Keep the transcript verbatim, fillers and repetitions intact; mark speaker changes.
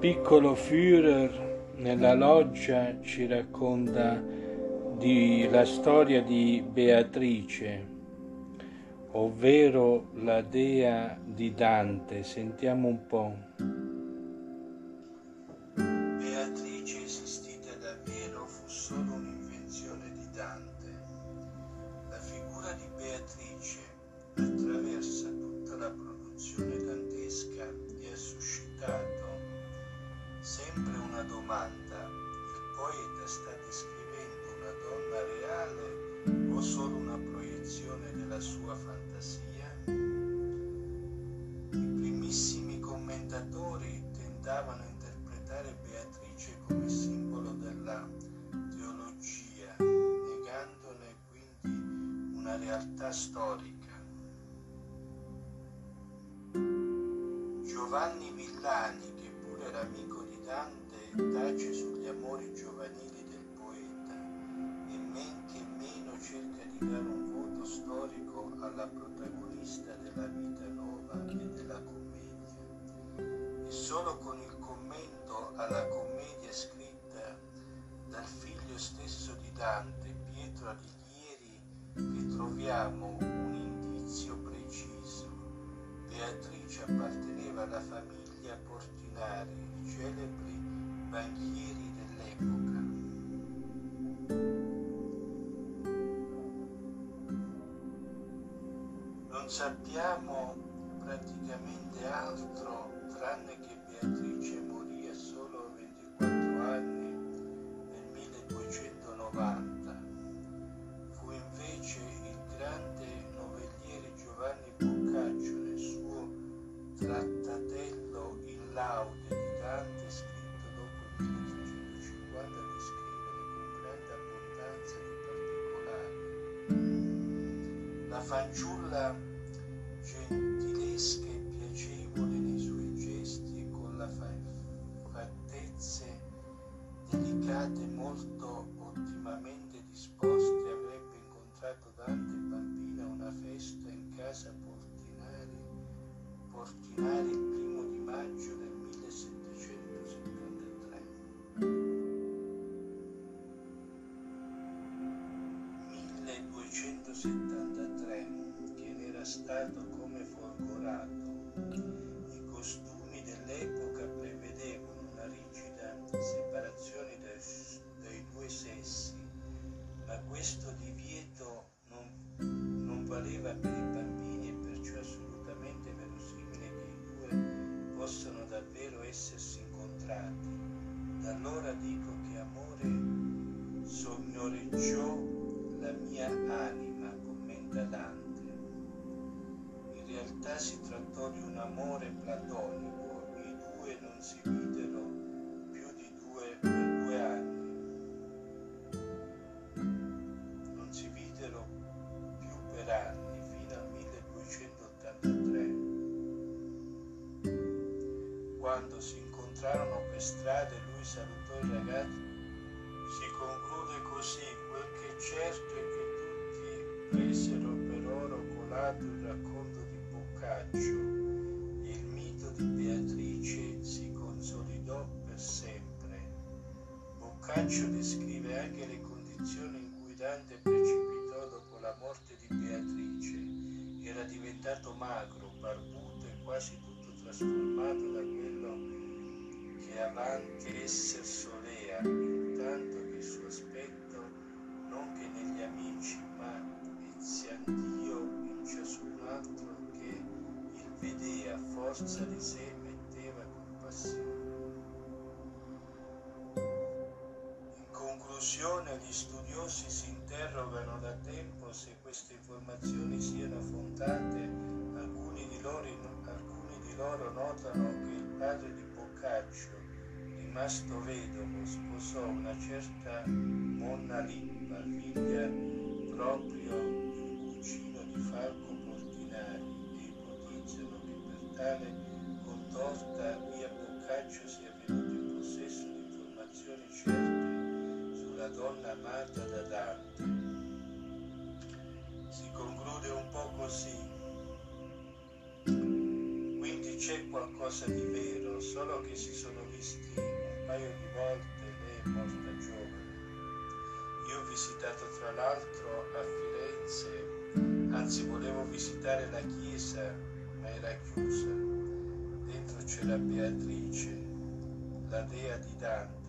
Speaker 1: piccolo Führer nella loggia ci racconta di, la storia di Beatrice, ovvero la dea di Dante. Sentiamo un po'.
Speaker 2: Beatrice esistita davvero fu solo un'invenzione di Dante. La figura di Beatrice attraversa tutta la produzione dantesca e ha suscitato sempre una domanda: il poeta sta descrivendo una donna reale o solo una proiezione della sua fantasia? I primissimi commentatori tendavano a interpretare Beatrice come simbolo della teologia, negandone quindi una realtà storica. Giovanni Villani, che pure era amico di Dante, tace sugli amori giovanili del poeta e men che meno cerca di dare un voto storico alla protagonista della vita nuova e della commedia. E solo con il commento alla commedia scritta dal figlio stesso di Dante, Pietro Alighieri, ritroviamo un indizio preciso. Beatrice apparteneva alla famiglia Portinari, celebri banchieri dell'epoca. Non sappiamo praticamente altro tranne che Beatrice morì a solo ventiquattro anni nel milleduecentonovanta. Fu invece il grande novelliere Giovanni Boccaccio nel suo Trattatello in laude di Dante, scritto dopo il milletrecentocinquanta, a descrivere con grande abbondanza di particolari la fanciulla gentilesca e piacevole nei suoi gesti e con la fattezze delicate molto ottimamente disposte avrebbe incontrato Dante bambina a una festa in casa Portinari, Portinari il primo di maggio del millesettecentosettantatré. milleduecentosettantatré, che ne era stato come folgorato. I costumi dell'epoca prevedevano una rigida separazione dai, dai due sessi, ma questo divieto non, non valeva per i bambini e perciò assolutamente verosimile che i due possano davvero essersi incontrati. Da allora dico che amore sognoreggiò la mia anima, commenta Dante. In realtà si trattò di un amore platonico, i due non si videro più di due per due anni. Non si videro più per anni, fino al milleduecentottantatré, quando si incontrarono per strada e lui salutò il ragazzo. Si conclude così: quel che è certo è che tutti presero per oro colato il racconto di Boccaccio e il mito di Beatrice si consolidò per sempre. Boccaccio descrive anche le condizioni in cui Dante precipitò dopo la morte di Beatrice. Era diventato magro, barbuto e quasi tutto trasformato da quello che avanti esser solea, intanto che il suo aspetto, non che negli amici, ma eziandio in ciascun altro che il vedea, a forza di sé metteva compassione. In conclusione, gli studiosi si interrogano da tempo se queste informazioni siano fondate. Alcuni di loro, alcuni di loro notano che il padre di Boccaccio, rimasto vedovo, sposò una certa Monna Lippa, figlia proprio del cugino di Falco Portinari, e ipotizzano che per tale contorta via Boccaccio sia venuto in possesso di informazioni certe sulla donna amata da Dante. Si conclude un po' così: quindi c'è qualcosa di vero vero, solo che si sono visti un paio di volte, lei è morta giovane. Io ho visitato tra l'altro a Firenze, anzi volevo visitare la chiesa, ma era chiusa. Dentro c'era Beatrice, la dea di Dante.